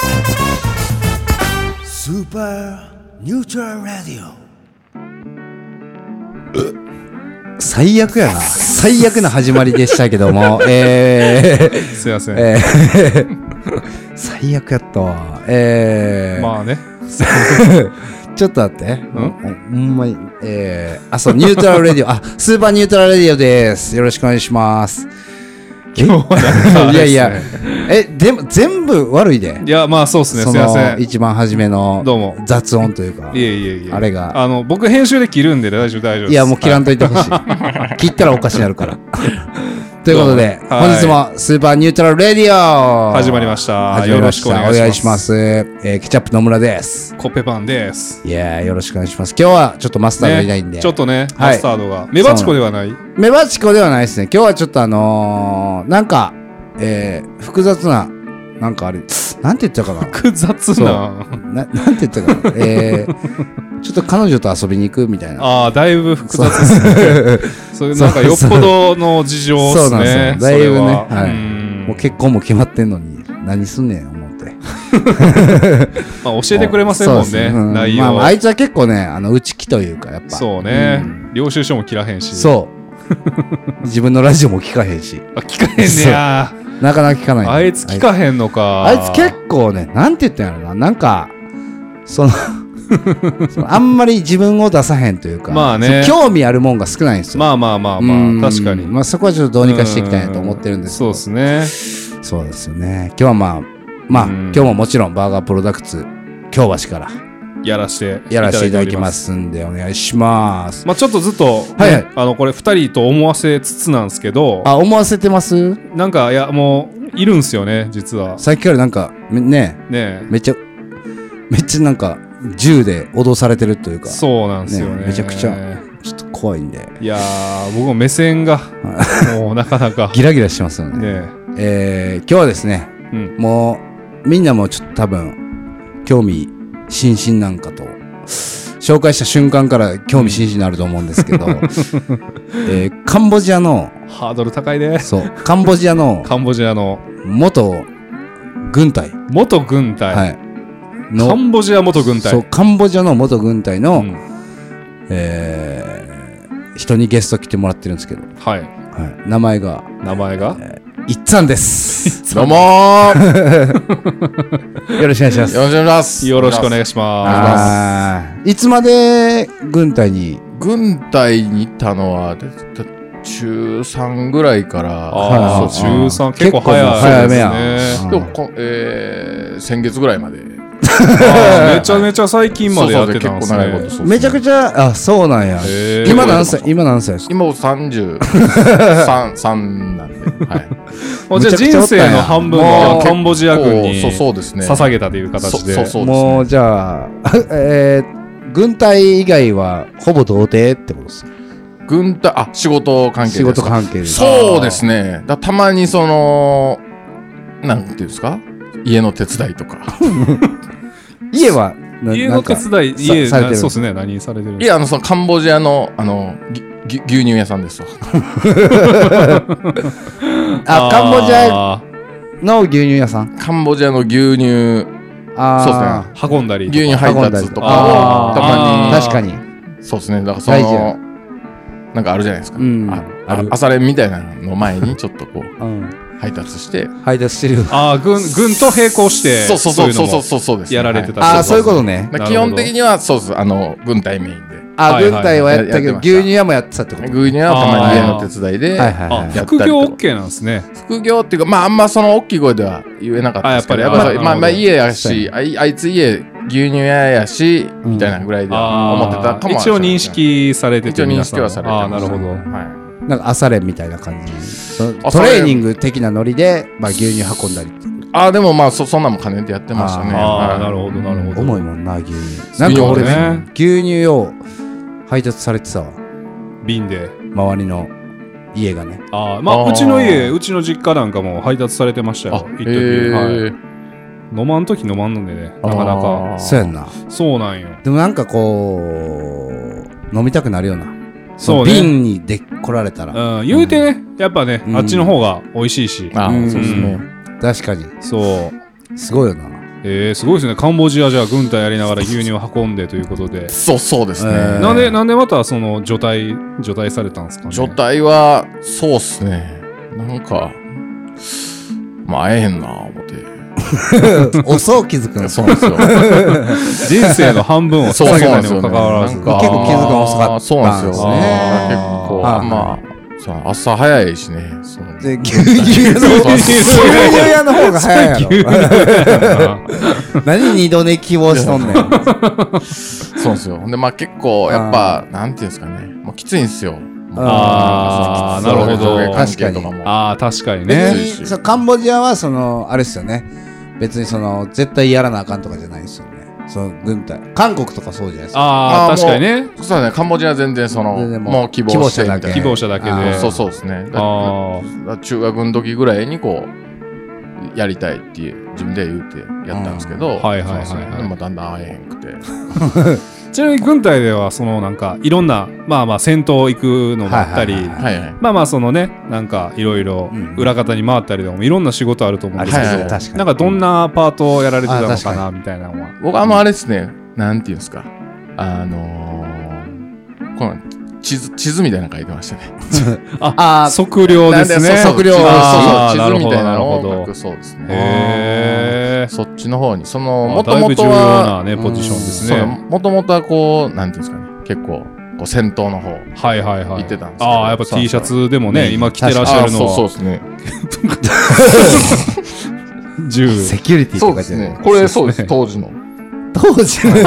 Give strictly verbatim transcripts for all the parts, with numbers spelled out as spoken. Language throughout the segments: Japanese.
スーパーニュートラルラディオ。最悪やな。最悪な始まりでしたけども、えー、 すいません、 えー、最悪やったわ。えー、 まあねちょっと待って。ほんまに、えー、あ、そう、ニュートラルレディオ、あ、スーパーニュートラルレディオです。よろしくお願いします。 今日はなんか、 いやいや、え、でも全部悪いで。 いや、まあそうですね、すいません。 一番初めのどうも雑音というか、 いえいえいえ、 あれが。 あの、僕編集で切るんで大丈夫、大丈夫です。 いや、もう切らんといてほしい。切ったらおかしになるから。ということで、 はい、 本日もスーパーニュートラルレディオ始まりました。 始まりました。 よろしくお願いします。 お願いします。えー、ケチャップ野村です。 コッペパンです。 いやー、よろしくお願いします。今日はちょっとマスターがいないんで。 ね、ちょっとね、 はい、 マスタードが。メバチコではないメバチコではないですね。今日はちょっとあのー、なんか、えー、複雑な、なんかあれ、なんて言ったかな。 複雑な。 な、なんて言ったかな。えー、ちょっと彼女と遊びに行くみたいな。 ああ、だいぶ複雑ですね。それなんかよっぽどの事情ですね。 そうなんですよ。だいぶね。はい。 うもう結婚も決まってんのに、何すんねん、思って。 まあ教えてくれませんもんね、うん、内容。 まあ、あいつは結構ね、あの、内気というか、やっぱ。 そうね。うん、領収書も切らへんし。 そう。自分のラジオも聞かへんし。 あ、聞かへんねや。 なかなか聞かない。 あいつ聞かへんのか。 あいつ結構ね、なんて言ったんやろな。なんか、その、そのあんまり自分を出さへんというか、 まあね、 興味あるもんが少ないんですよ。 まあまあまあまあ、確かに。 まあそこはちょっとどうにかしていきたいなと思ってるんですけど。 そうですね。 そうですよね。今日はまあ、まあ、今日ももちろんバーガープロダクツ、京橋から。 やらしてやらせていただきますんでお願いします。 まあちょっとずっと、ね、はいはい、あのこれふたりと思わせつつなんですけど、 あ、思わせてます？ なんかいやもういるんすよね実は。 さっきからなんかねねめっちゃめっちゃなんか銃で脅されてるというか。 そうなんですよ ね, ね。 めちゃくちゃちょっと怖いんで。 いやー僕も目線がもうなかなかギラギラしてますよね。 ねえー、今日はですね、うん、もうみんなもちょっと多分興味心身なんかと紹介した瞬間から興味津々になると思うんですけど、うんえー、カンボジアのハードル高いね。 そうカンボジアのカンボジアの元軍隊元軍隊、 はい、 カンボジア元軍隊そうカンボジアの元軍隊の、うんえー、人にゲスト来てもらってるんですけど、 はいはい、名前が名前が、 えーいっつぁんです。 どうもーよろしくお願いします。 よろしくお願いします。 よろしくお願いします。 いつまで軍隊に軍隊に行ったのは中さんぐらいから。 ああ、中さん結構早いですね。 早めや。 でもこ、えー、先月ぐらいまで。 あめちゃめちゃ最近までやってたんですね。 そうそうそうめちゃくちゃ、あ、そうなんや。今何歳今何歳ですか？ 今さんじゅうさんなんで。はい。 じゃあ人生の半分はカンボジア軍に捧げたという形で。 そうそうですね。 もうじゃあ、えー、軍隊以外はほぼ童貞ってことですか？ 軍隊、あ、仕事関係ですか？ 仕事関係です。 そうですね。だたまにその、なんていうんですか？家の手伝いとか。 家は家の手伝い、家されてる。そうですね。何されてる？ いや、あの、そのカンボジアの、あの、ぎ牛乳屋さんですわ。 あ、カンボジアの牛乳屋さん。 カンボジアの牛乳、 あそうですね。 運んだり。 牛乳配達とかをたまに。 確かに。 そうですね。だからその、なんかあるじゃないですか。うん、ああ朝練みたいなの前にちょっとこう、うん配達して配達してる。 ああ、軍軍と並行してそうそうそうそうそうそうです。 やられてた。 ああ、そういうことね。 基本的にはそうです。あの軍隊メインで。 ああ、軍隊はやったけど牛乳屋もやってたってこと。 牛乳屋はたまに家の手伝いでやったり。 副業 OK なんですね。 副業っていうかまああんまその大きい声では言えなかったですけど、やっぱりまあまあ家やし、あいつ家牛乳屋やしみたいなぐらいで思ってたかも。 一応認識されてて。 一応認識はされてます。 ああ、なるほど。 はい。 なんか朝練みたいな感じ、トレーニング的なノリで、まあ、牛乳運んだりっていう。 ああ、でもまあ そ, そんなも兼ねてやってましたね。 ああ、なるほどなるほど。 重いもんな牛乳。なんか俺ね、牛乳を配達されてたわ。 瓶で周りの家がね。 ああ、まあうちの家、うちの実家なんかも配達されてましたよ。一時、はい。飲まんとき飲まんのでね、なかなか。 そうやんな。 そうなんよ。 でもなんかこう飲みたくなるよな。そうね、瓶にで来られたら、 うん、言うてね、やっぱね、うん、あっちの方が美味しいし、 あ、うん、そうですね、 確かにそうすごいよな。 ええー、すごいですね。カンボジアじゃあ軍隊やりながら牛乳を運んでということで。 そうそうですね、えー、なんでなんでまたその除隊除隊されたんですかね。 除隊はそうっすね、なんかまあ会えへんな思って遅気づくの。 そうなんですよ人生の半分を捧げたにもかかわらず、 結構気づくの遅かったんですね。 そうなんですよね。結構まあそう朝早いしね。 で牛乳の牛乳屋の方が早いやろ。何二度寝希望しとんねん。 そうですよ。でまあ結構やっぱなんていうんですかね、もうきついんですよ。 ああなるほど。 確かに。 ああ確かにね。 別にそカンボジアはそのあれですよね。別にその絶対やらなあかんとかじゃないですよね。その軍隊韓国とかそうじゃないですか。 ああ確かにね。 そうね、カンボジアは全然そのもう希望者だけ希望者だけで。 そうそうですね。あ中学の時ぐらいにこうやりたいって自分で言うてやったんですけど、はいはいはいはい。 でもだんだん会えへんくて。 ちなみに軍隊ではそのなんかいろんなまあまあ戦闘行くのもあったり、まあまあそのねなんかいろいろ裏方に回ったりでもいろんな仕事あると思うんですけど、なんかどんなパートをやられてたのかなみたいなのは。 僕はあのあれですね、なんていうんですか、あのこの地図地図みたいなの書いてましたね。 あ、測量ですね。 測量、地図みたいなのを書くそうですね。へー。そっちの方にそのもともとはだいぶ重要なねポジションですね。 もともとはこうなんていうんですかね、結構こう戦闘の方はいはいはい行ってたんですけど、 ああやっぱ T シャツでもね今着てらっしゃるのはそうですね。 銃セキュリティとかじゃない。 これそうです当時の当時の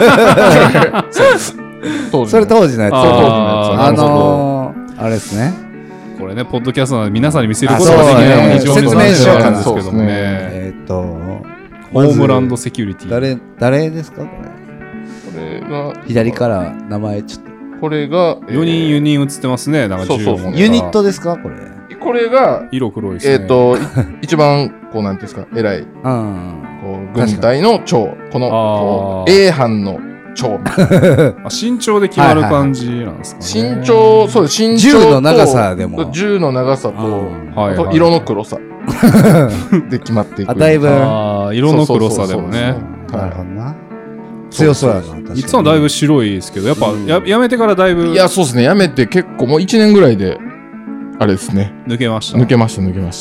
それ当時のやつ。あのあれですね。 これねポッドキャストなので皆さんに見せることができないのに非常に説明しようなんですけどもね。 えっとホームランドセキュリティ。 誰誰ですかこれ。 これが左から名前ちょっと。 これがよにんよにん映ってますね。なんか銃を持ったユニットですかこれ。 これが色黒いですね。 えっと一番こうなんていうんですか偉いこう軍隊の長、この A 班の長身長で決まる感じなんですかね。 身長、そうです。身長銃の長さでも銃の長さと色の黒さで決まっていく。 だいぶ色の黒さでもね。 なるほどな。強そうやな。 いつもだいぶ白いですけどやっぱやめてからだいぶ。 いやそうですね。やめて結構もういちねんぐらいであれですね。 抜けました。 抜けました抜けました。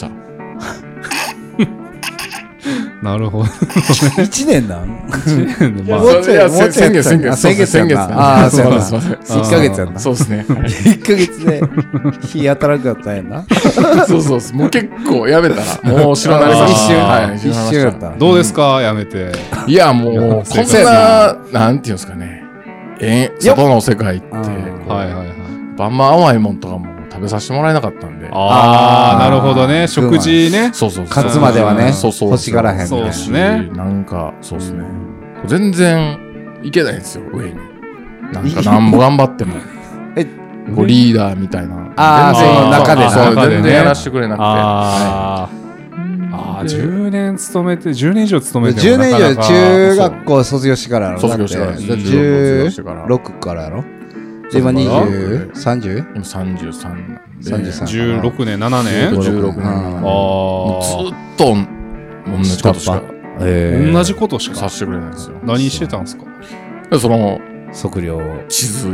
なるほど。 一年なん？ 一年でまあ。 もうちょいもうちょい先月先月先月先月。ああそうなんです。一ヶ月やんな。 そうですね。 一ヶ月で日当たらなかったんやな。 そうそうそう。もう結構やめたらもう知らない一瞬はい一瞬やった。 どうですかやめて。 いやもうこんななんていうんですかね。え外の世界ってはいはいはい。 あんま甘いもんとかも食べさせてもらえなかったんで。 ああなるほどね。食事ね。 そうそう勝つまではねそうそう欲しがらへん。 そうですね。 なんかそうですね。全然いけないんですよ上に。なんかなんぼ頑張っても。えリーダーみたいな。 ああその中でそう全然やらせてくれなくて。 ああじゅうねん勤めてじゅうねん以上勤めてじゅうねん以上中学校卒業してからやろ。 卒業してからじゅうろくからやろ。今にじゅう、さんじゅう？ 今さんじゅうさんなんで。 さんじゅうさん。 じゅうろくねん、ななねん？ じゅうろくねん。 ああ。ずっと同じことしか。 同じことしかさせてくれないんですよ。 何してたんですか？ その測量地図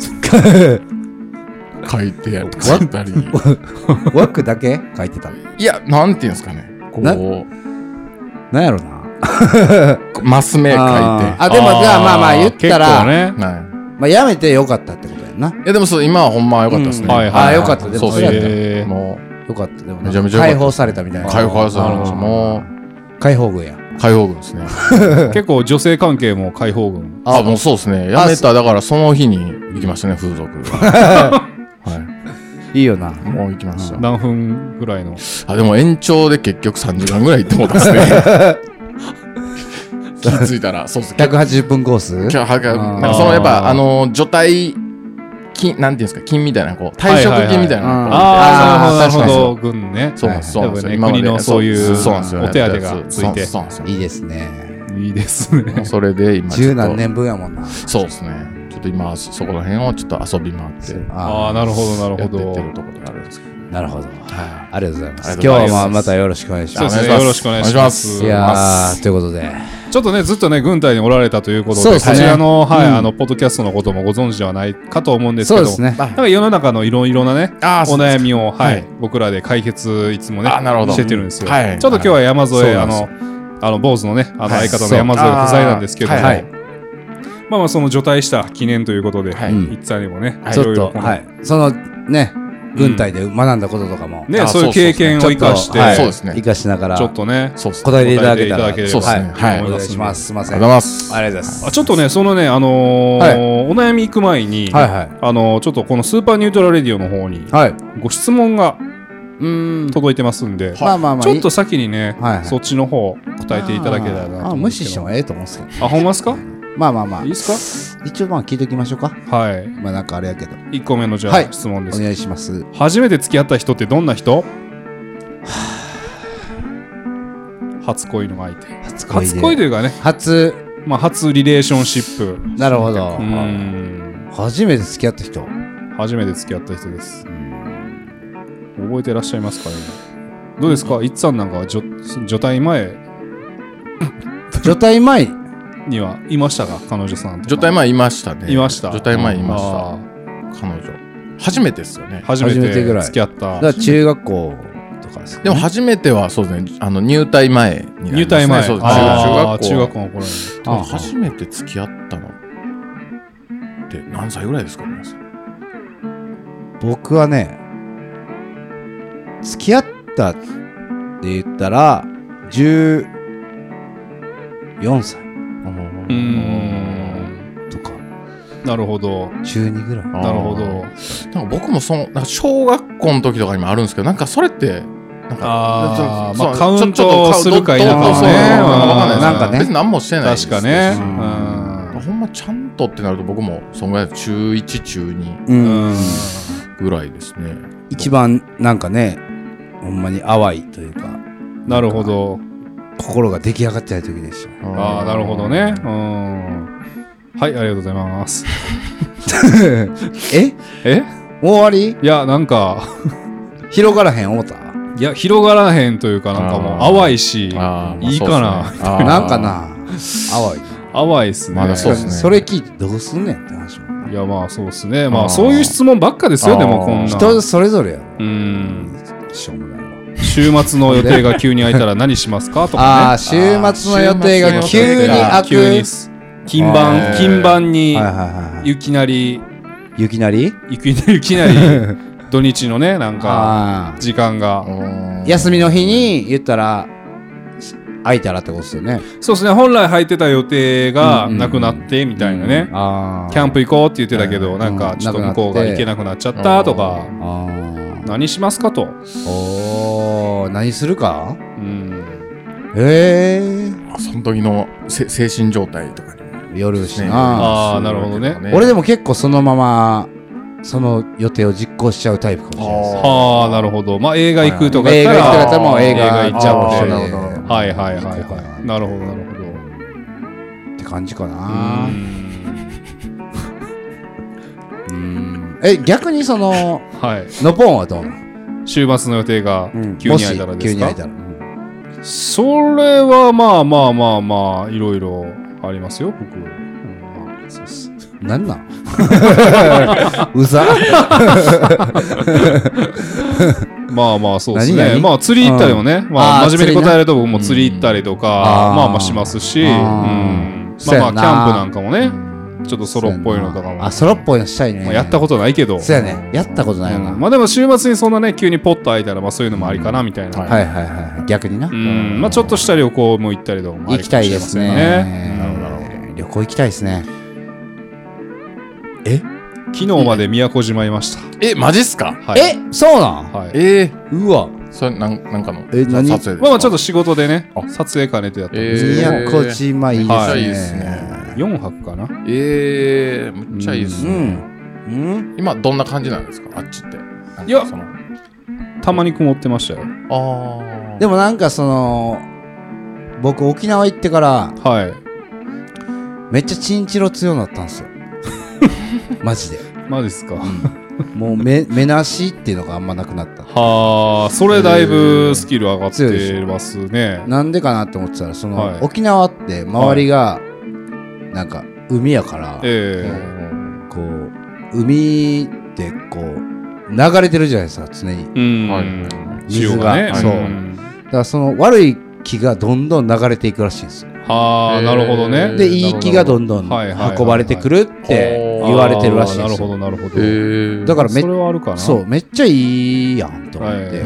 書いてやったり。 枠だけ書いてた。 いや、なんていうんですかね。こう。 なんやろな。 マス目書いて。 あ、でもじゃあまあまあ言ったら、 ね。 まあやめてよかったってことやな。いやでもそう今はほんまはよかったですね。 ああよかった。でもそうですもうよかった。でもめちゃめちゃ解放されたみたいな。 解放されました。もう解放軍や。 解放軍ですね。 結構女性関係も解放軍。 あもうそうですね。やめただからその日に行きましたね風俗。はい。 いいよな。 もう行きました。 何分ぐらいの。 あでも延長で結局さんじかんぐらい行ってもらったですね。気づいたらそうです。 ひゃくはちじゅっぷんコース？ なんかそのやっぱあの除隊金なんていうんですか金みたいなこう退職金みたいなのがああなるほど軍ね。 そうなんですそうなんですよ。国のそういうお手当がついて。 いいですね。 いいですね。 それで今十何年分やもんな。 そうですね。ちょっと今そこら辺をちょっと遊び回って。 ああなるほどなるほど。 やってるところがあるんですけど。 なるほど、はい、ありがとうございます。今日はまあまたよろしくお願いします。 よろしくお願いします。 いやーということでちょっとねずっとね軍隊におられたということで、 そうですね、 こちらの、はい、うん、あのポッドキャストのこともご存知ではないかと思うんですけど、 そうですね、 なんか世の中のいろいろなねお悩みを、はい、僕らで解決いつもねしてってるんですよ、はい、ちょっと今日は山添、はい、あのあの坊主のねあの相方の山添不在なんですけども、はい、まあまあその除隊した記念ということで、はい、いつあにもね、 はい、ちょっと、はい、そのね軍隊で学んだこととかも、 うん、ね、そういう経験を生かして、 はい、生かしながらちょっとね答えていただけたら、 そうですね、 はい、お願いします。すみません。 ありがとうございます。 ありがとうございます。 あ、ちょっとねそのねあのーはい、お悩み行く前に、はいはい、あのー、ちょっとこのスーパーニュートラルレディオの方に、はい、ご質問がうん届いてますんで、まあまあまあ、ちょっと先にね、はいはい、そっちの方答えていただけたらなと思うんですけど。 ああ、無視してもええと思うんですけど。 あ、ほんまですか？ まあまあまあ。 いいですか？ 一応まあ聞いておきましょうか。 はい。 まあなんかあれやけど。 いっこめのじゃあ、はい、質問です。 お願いします。 初めて付き合った人ってどんな人？初恋の相手。 初恋で。 初恋というかね。 初。 まあ初リレーションシップ。 なるほど。うん。初めて付き合った人。 初めて付き合った人です。覚えてらっしゃいますかね？どうですか？いっさんなんかは除隊前除隊前にはいましたか？彼女さんとか。 除隊前いましたね。 いました。 除隊前いました。彼女初めてですよね。 初めてぐらい付き合った。 だから中学校とかですね。 でも初めてはそうですね。あの入隊前になりますね。 入隊前。 そう中学校。中学校の頃に。 初めて付き合ったのって何歳ぐらいですかね？ 僕はね、付き合ったって言ったらじゅうよんさいうんとか。 なるほど。 中にぐらい。 なるほど。 なんか僕もそのなんか小学校の時とかにもあるんですけど、なんかそれってなんかあまあカウントするか否かね。 なんかね。別に何もしてないです。 確かね。 ほんまちゃんとってなると僕もそんぐらい中いち中にぐらいですね。 一番なんかね。ほんまに淡いというか。 なるほど。 心が出来上がってない時でした。 ああ、なるほどね。うん。はい、ありがとうございます。 ええもう終わり？ いや、なんか広がらへん思った？ いや、広がらへんというか、なんかもう淡いし、いいかな。 なんかな、淡い。 淡いっすね。 まだそうですね。それ聞いてどうすんねんって話も。 いや、まあそうっすね。まあそういう質問ばっかですよ、でもこんな。 人それぞれやろ。 うん。しょうもないわ。週末の予定が急に空いたら何しますかとかね。 ああ、週末の予定が急に空く。 急に金盤、金盤にいきなり、 いきなりいきなり土日のね、なんか時間が。 休みの日に言ったら、空いたらってことですよね。 そうですね。本来入ってた予定がなくなってみたいなね。キャンプ行こうって言ってたけど、なんかちょっと向こうが行けなくなっちゃったとか。何しますかと。 おー、何するか？うん。へえ。 その時の精神状態とかによるしな。 ああ、なるほどね。 俺でも結構そのままその予定を実行しちゃうタイプかもしれないです。 ああ、なるほど。まあ映画行くとか映画行くとかだったらもう映画行っちゃって。はいはいはいはい。なるほどなるほど。 って感じかな。うん。え、逆にその、はい、のぽんはどうなの？ 週末の予定が急に空いたらですか？ 急に空いたら、うん、 それはまあまあまあまあいろいろありますよ僕、うんまあ、そうっす。 なんなんうざまあまあそうですね。まあ釣り行ったりもね、うん、まあ真面目に答えると僕も釣り行ったりとか、うん、まあまあしますし、うん、まあまあキャンプなんかもね、ちょっとソロっぽいのとかも。 あ、ソロっぽいのしたいね。 まあ、やったことないけど。 そうやね。やったことないよな。 うん、まあでも週末にそんなね、急にポッと空いたら、まあそういうのもありかなみたいな。 はいはいはい。逆にな。 うん。まあちょっとした旅行も行ったりとかもありかもしれませんね。行きたいですね。なるほどなるほど。 旅行行きたいですね。 え？昨日まで宮古島いました。 え、マジっすか？ はい、え、そうなん？ はい。 えー、うわ。 それなん、なんかのえ、何？ 撮影ですか？ まあまあちょっと仕事でね、撮影兼ねてやったんです。 宮古島いいですね。 はい、いいですね。 よんはくかな。 ええー、むっちゃいいですね、うんうん、今どんな感じなんですかあっちって？ いやたまに曇ってましたよ。 ああ。でもなんかその僕沖縄行ってからはいめっちゃチンチロ強くなったんですよマジで。 マジっすか、うん、 もう目目なしっていうのがあんまなくなった。 はあ、それだいぶスキル上がってますね。 なんでかなって思ってたら、その、はい、沖縄って周りがなんか海やから、えー、こう海ってこう流れてるじゃないですか、常に。うん、はい、水が、ね、そう、うん、だからその悪い気がどんどん流れていくらしいんですよ。 はあ、なるほどね。 で、いい気がどんどん運ばれてくるって言われてるらしいんですよ。 なるほど、なるほど。 だからめ、 それはあるかな。 そう、めっちゃいいやんと思って。うん、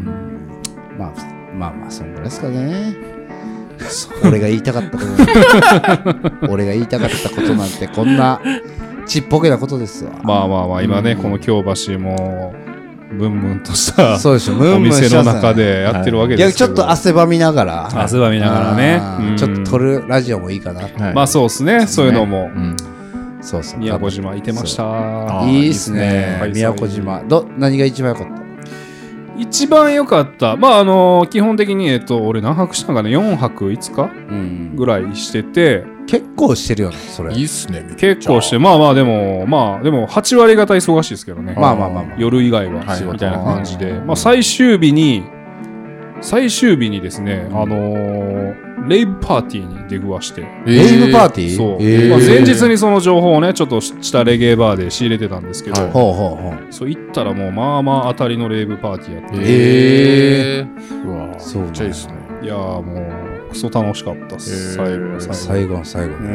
まあ、まあまあ、そんぐらいですかね。俺が言いたかったこと俺が言いたかったことなんてこんなちっぽけなことですわ。 まあまあまあ、今ね、うん、この京橋もムンムンとしたそうですよ、 お店の中でやってるわけですけど、 いやちょっと汗ばみながら汗ばみながらね、 うん、ちょっと撮るラジオもいいかな、 はい、まあそうですね、そういうのも、うん、 そうそう、 宮古島いてました。 いいっすね、宮古島。ど何が一番良かった？ 一番良かった、まああの基本的にえっと俺何泊したのかな、よんはくいつか、うん、ぐらいしてて、 結構してるよねそれ。 いいっすね、 結構して、まあまあでもまあでもはちわり方忙しいですけどね、 まあまあまあ、まあ、 夜以外は、はい、みたいな感じで、まあ最終日に最終日にですね、あのー、レイブパーティーに出くわして、 えー、レイブパーティー、 そう、えーまあ、前日にその情報をねちょっとしたレゲエバーで仕入れてたんですけど、はい、ほうほうほう、そう行ったらもうまあまあ当たりのレイブパーティーやって、 えー、 うわそうめっちゃいいですね。 いやーもうクソ楽しかったっす、 えー、最後の最後の最後、うん、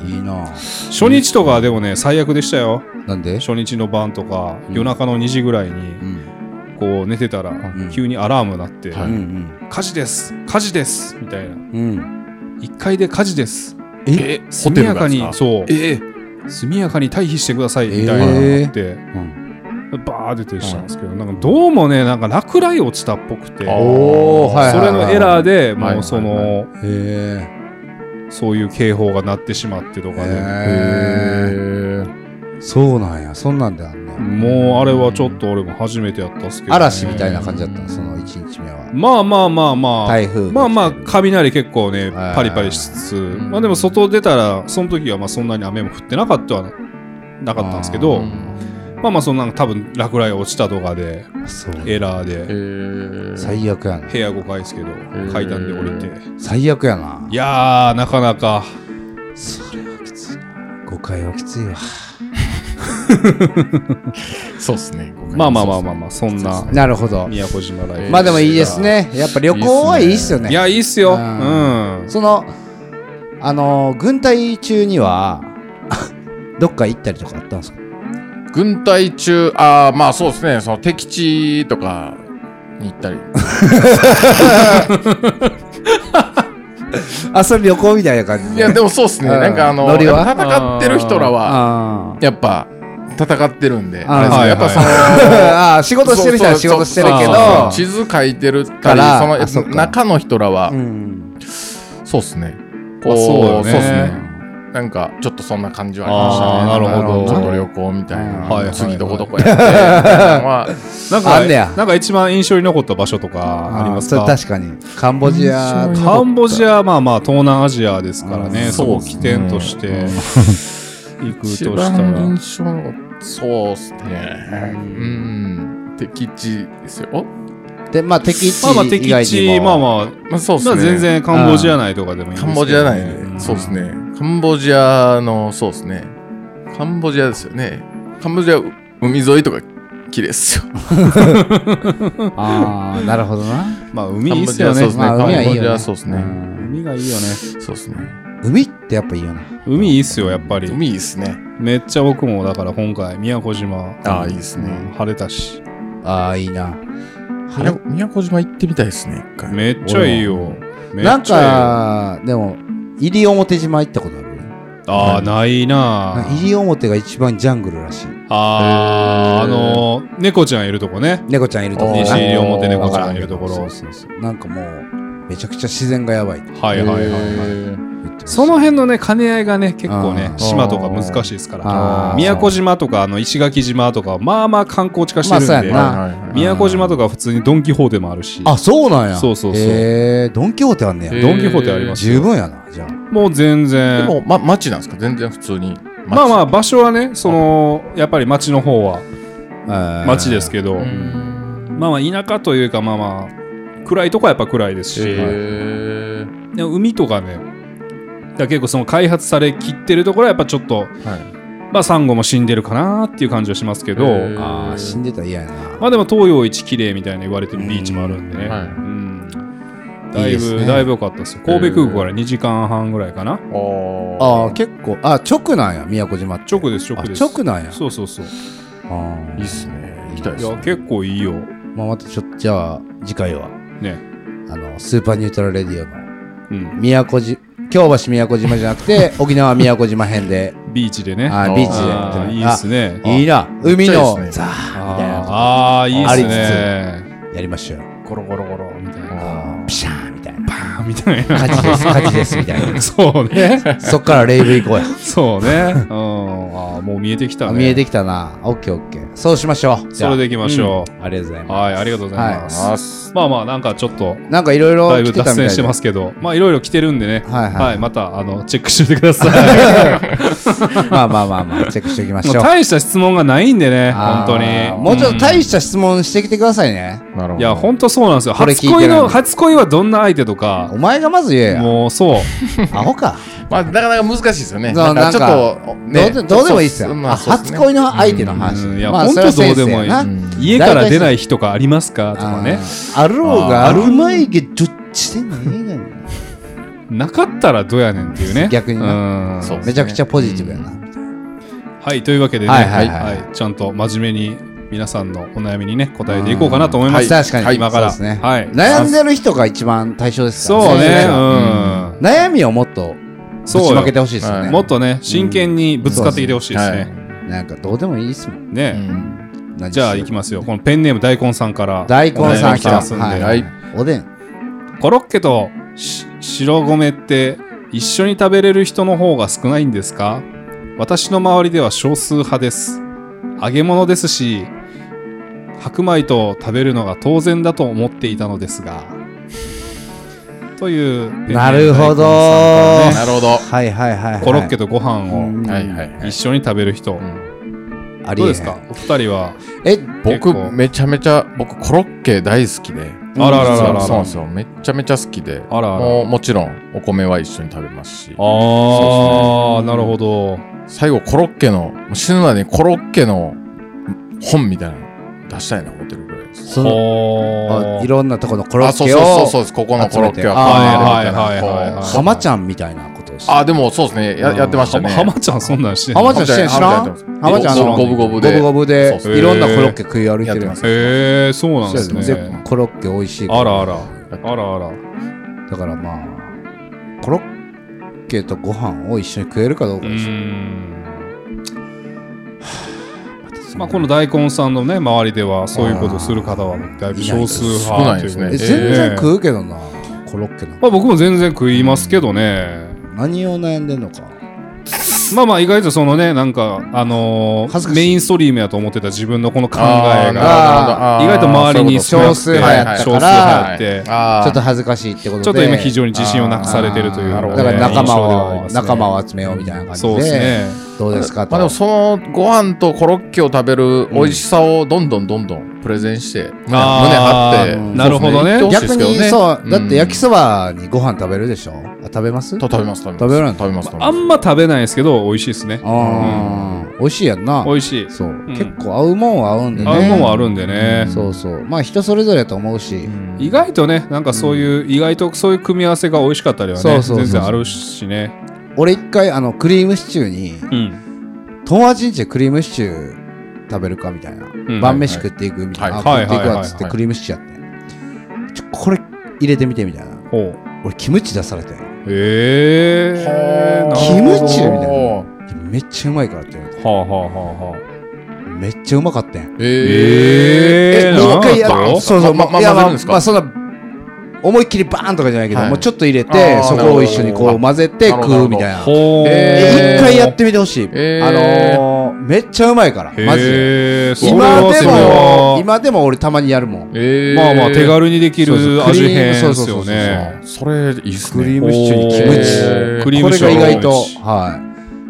いいな。 初日とかでもね最悪でしたよ。 なんで？ 初日の晩とか、うん、夜中のにじぐらいに、うんこう寝てたら、うん、急にアラーム鳴って、はい、火事です火事ですみたいな、うん、いっかいで火事です、え速やかにそう、えー、速やかに退避してくださいみたいなのがあって、えーうん、バー出てしたんですけど、なんかどうもねなんか落雷落ちたっぽくて、おそれのエラーでもうその、はいはいはい、そういう警報が鳴ってしまってとかで、 へー、そうなんや、そんなんであんね。 もうあれはちょっと俺も初めてやったっすけど、ね、 嵐みたいな感じだったのそのいちにちめは。 まあまあまあまあ台風まあまあ雷結構ねパリパリしつつ、まあでも外出たらその時はまあそんなに雨も降ってなかったはなかったんですけど、まあまあそんな多分落雷落ちたとかでエラーで最悪やな。 部屋ごかいですけど階段で降りて最悪やな。 いやーなかなかそれはきついな。ごかいはきついわ。 そうですね。 まあまあまあまあまあそんななるほど宮古島ライブ、 まあでもいいですね。やっぱ旅行はいいっすよね。 いやいいっすよ。うん。 そのあの軍隊中にはどっか行ったりとかあったんですか？ 軍隊中あまあそうですね。その敵地とかに行ったり。 あ、それ旅行みたいな感じで。 いやでもそうですね。なんかあの戦ってる人らはやっぱ戦ってるんで、あれですね。やっぱそのあ仕事してる人は仕事してるけど、 地図書いてるからその中の人らはそうですね。こうそうですね。なんかちょっとそんな感じはありましたね。 なるほど。 ちょっと旅行みたいな。次どこどこやってみたいなのはなんかあんねや。なんか一番印象に残った場所とかありますか？ 確かにカンボジア。 カンボジアまあまあ東南アジアですからね。そこを起点として行くとしたら。 印象そうっすね。うん。敵地ですよ。 でまあ敵地まあまあ敵地まあまあまあそうですね。 全然カンボジア内とかでもいいですけど。 カンボジア内でそうですね。カンボジアのそうですね。カンボジアですよね。カンボジア海沿いとか綺麗ですよ。 ああなるほどな。 まあ海いいっすよね。 まあ海はいいよね。 そうですね。 海がいいよね。 そうですね。 海ってやっぱいいよね。 海いいっすよやっぱり。 海いいっすね。 めっちゃ僕もだから今回宮古島ああいいっすね。 晴れたし。 ああいいな。 宮古島行ってみたいですね一回。 めっちゃいいよ。 なんかでも西表島行ったことある？ ああないな。 西表が一番ジャングルらしい。 あああの猫ちゃんいるとこね。 猫ちゃんいるとこ。 西表猫ちゃんいるところ。 そうそうそう。なんかもうめちゃくちゃ自然がやばい。 はいはいはいはい。その辺のね兼ね合いがね結構ね島とか難しいですから。宮古島とかあの石垣島とかまあまあ観光地化してるんで、まあ、宮古島とか普通にドンキホーテもあるし。 あそうなんや。 そうそうそう。 えー、ドンキホーテあんねや。 ドンキホーテあります。 十分やなじゃあ。 もう全然。 でもま町なんですか全然普通に。 まあまあ場所はねそのやっぱり町の方は町ですけど、まあまあ田舎というかまあまあ暗いとこはやっぱ暗いですし、でも海とかね、だ結構その開発されきってるところはやっぱちょっと、はい、まあサンゴも死んでるかなっていう感じはしますけど、 ああ死んでたら嫌やな。 まあでも東洋一綺麗みたいな言われてるビーチもあるんでね、うんはいうん、だいぶいい、ね、だいぶ良かったですよ。神戸空港からにじかんはんぐらいかな。 ああ結構あ直なんや宮古島って。 直です直です。 直なんや。 そうそうそう。 あいいっすね。行きたいですね。 いや結構いいよ。 まあまたちょっとじゃあ次回はねあのスーパーニュートラルレディオの、うん、宮古島京橋宮古島じゃなくて沖縄宮古島編でビーチでね。 あビーチでいいっすね。 いいな海のザーみたいなああいいっすね。 やりましょう。 ゴロゴロゴロみたいなピシャーみたいなバーンみたいな勝ちです勝ちですみたいなそうねそっからレイブ行こうや。 そうねうんあもう見えてきたね。 見えてきたな。オッケーオッケーそうしましょう。 それでいきましょう、 うん、ありがとうございます。 はいありがとうございます、はい、まあまあなんかちょっとなんかいろいろだいぶ脱線してますけどまあいろいろ来てるんでねはい、はいはい、またあのチェックしておいてくださいまあまあまあまあチェックしておきましょう。 大した質問がないんでね本当にもうちょっと大した質問してきてくださいね、 うん、なるほど。いや本当そうなんですよ。初恋の初恋はどんな相手とかお前がまず言えや。 もうそうアホかまあなかなか難しいですよね。 なんかちょっと、ね、ど, うどうでもいいっすよ、まあ、初恋の相手の話、 うん、いや、まあ、本当どうでもいい、うん、家から出ない日とかありますかとかね。 あろうがあるまいけどどっちでもいいがなかったらどうやねんっていうね。 逆にね、うんそうね、めちゃくちゃポジティブやな、うん、 はいというわけでね、はいはいはいはい、ちゃんと真面目に皆さんのお悩みにね答えていこうかなと思います。 はい、確かに今から、 ねはい、悩んでる人が一番対象ですからね。 そうね、うんうん、悩みをもっとぶちまけてほしいですよね、 はい、もっとね真剣にぶつかってきてほしいですね、うんはい、 なんかどうでもいいですもんね、うん、じゃあいきますよ。このペンネーム大根さんから大根さん来ますんで、 はいはい、 おでんコロッケと白米って一緒に食べれる人の方が少ないんですか？私の周りでは少数派です。揚げ物ですし白米と食べるのが当然だと思っていたのですがというなるほど、 ね、なるほどはいはいはい、はい、 コロッケとご飯を一緒に食べる人、うん、どうですかお二人は。 え僕めちゃめちゃ僕コロッケ大好きで、 あららららそうなんですよ。めっちゃめちゃ好きで、あらあらもうもちろんお米は一緒に食べますし。 ああ、ね、なるほど。 最後コロッケの死ぬまでにコロッケの本みたいなの出したいな思ってるぐらいです。 そのいろんなところのコロッケをそうそうそうです。ここのコロッケははいはいはいはいはい。 浜ちゃんみたいなことをして。 あでもそうですね や, やってましたね。 浜ちゃんそんなんしてんの？浜ちゃんしてん知らん？浜ちゃんのゴブゴブでゴブゴブでいろんなコロッケ食い歩いてるんですよ。 へえそうなんですね。 コロッケ美味しい。 あらあらあらあら。 だからまあコロッケとご飯を一緒に食えるかどうかですよ。 まあ、この大根さんのね周りではそういうことをする方はだいぶ少数派ということで、 全然食うけどなコロッケの、 まあ、僕も全然食いますけどね、 うん、何を悩んでんのか。 まあまあ意外とそのねなんかあのー、メインストリームやと思ってた自分のこの考えが意外と周りに少数派やったからちょっと恥ずかしいってことでちょっと今非常に自信をなくされてるという、 だから仲間を仲間を集めようみたいな感じで、そうですね、どうですかと。 まあでもそのご飯とコロッケを食べる美味しさをどんどんどんどんプレゼンして、うん、胸張って、 なるほどね。 逆にそうだって焼きそばにご飯食べるでしょ。食べます？ 食べます食べます。 食べる食べます。 あんま食べないですけど美味しいですね。 ああ、美味しいやんな。 美味しい。 そう、結構合うもんは合うんでね。 合うもんはあるんでね。 そうそう。まあ人それぞれやと思うし、 意外とねなんかそういう意外とそういう組み合わせが美味しかったりはね全然あるしね。 俺一回あのクリームシチューに友達ん家でクリームシチュー食べるかみたいな、晩飯食っていくみたいな、食っていくわっつってクリームシチューやって、これ入れてみてみたいな。俺キムチ出されて、 へえ、 キムチみたいな、めっちゃうまいからって言われて、はあはあはあはあ、めっちゃうまかったん。 ええ、 一回やる、そうそう、まあまあまあそんな思いっきりバーンとかじゃないけど、もうちょっと入れてそこを一緒にこう混ぜて食うみたいな。一回やってみてほしい。あのめっちゃうまいからマジで。今でも今でも俺たまにやるもん。 まあまあ手軽にできる味変ですよね。 それいいっすね。 クリームシチューにキムチ、これが意外とはい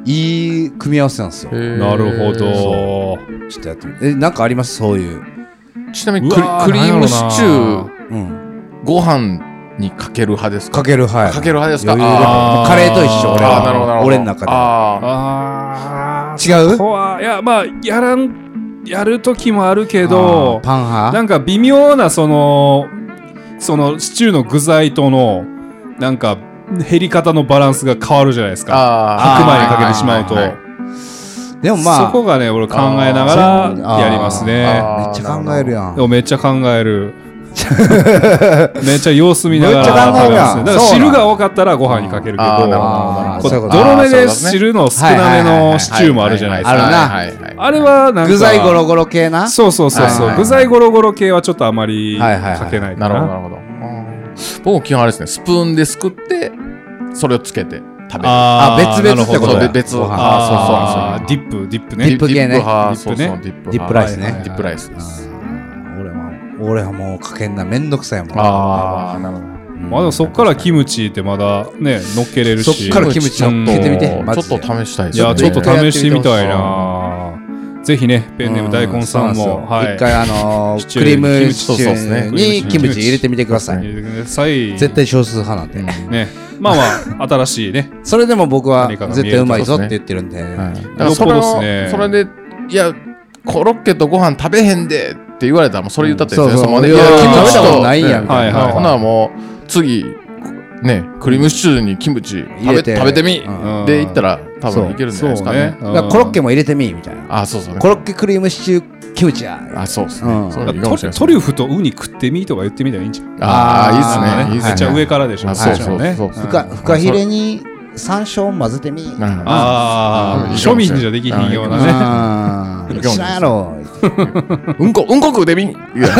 いい組み合わせなんですよ。 なるほど。ちょっとやってみて。え、なんかありますそういう。 ちなみにクリームシチュー、ご飯にかける派ですか？ かける派。 かける派ですか？ カレーと一緒。俺は。 なるほどなるほど。 俺の中で。 ああ。 違う？ いや、まあ、やらん、やる時もあるけど、 パン派？ なんか微妙な、その、そのシチューの具材との、なんか、減り方のバランスが変わるじゃないですか。白米にかけてしまうと。 でもまあ、 そこがね、俺考えながらやりますね。 めっちゃ考えるやん。 でもめっちゃ考える。めっちゃ様子見ながら食べますね。 だから汁が多かったらご飯にかけるけど、泥目で汁の少なめのシチューもあるじゃないですか。あれはなんか具材ゴロゴロ系な。 そうそうそうそう。具材ゴロゴロ系はちょっとあまりかけないかな。 なるほどなるほど。僕も基本あれですね、スプーンですくってそれをつけて食べる。 あ、別々ってことだ。 別。 ああ、そうそうそう。ディップ、ディップね。 ディップ系ね。 ディップね。 ディップライスね。 ディップライスです。 俺は俺はもうかけんな、めんどくさいもん。 ああ、なるほど。 まあでもそっからキムチってまだね乗っけれるし、 そっからキムチ乗っけてみて。 ちょっと試したいですね。いやちょっと試してみたいな。ぜひね、ペンネーム大根さんも一回あのクリームシチューにキムチ入れてみてください。絶対少数派なんでね。まあまあ新しいね。 それでも僕は絶対うまいぞって言ってるんで。だからそれそれでいやコロッケとご飯食べへんでって言われたらもうそれ言ったってですね。いやキムチとないやん。 はいはい。ほなもう次ね、クリームシチューにキムチ食べて食べてみで言ったら多分いけるんじゃないですかね。 コロッケも入れてみみたいな。 あ、そうそう。 コロッケクリームシチューキムチや。 あ、そうですね。 トリュフとウニ食ってみとか言ってみたらいいんじゃん。 ああ、いいですね。 めっちゃ上からでしょ。 そうそうそう。 フカヒレに山椒混ぜてみ。 ああ、庶民じゃできひんようなね。知らんやろ。 うんこ、うんこ食うてみ。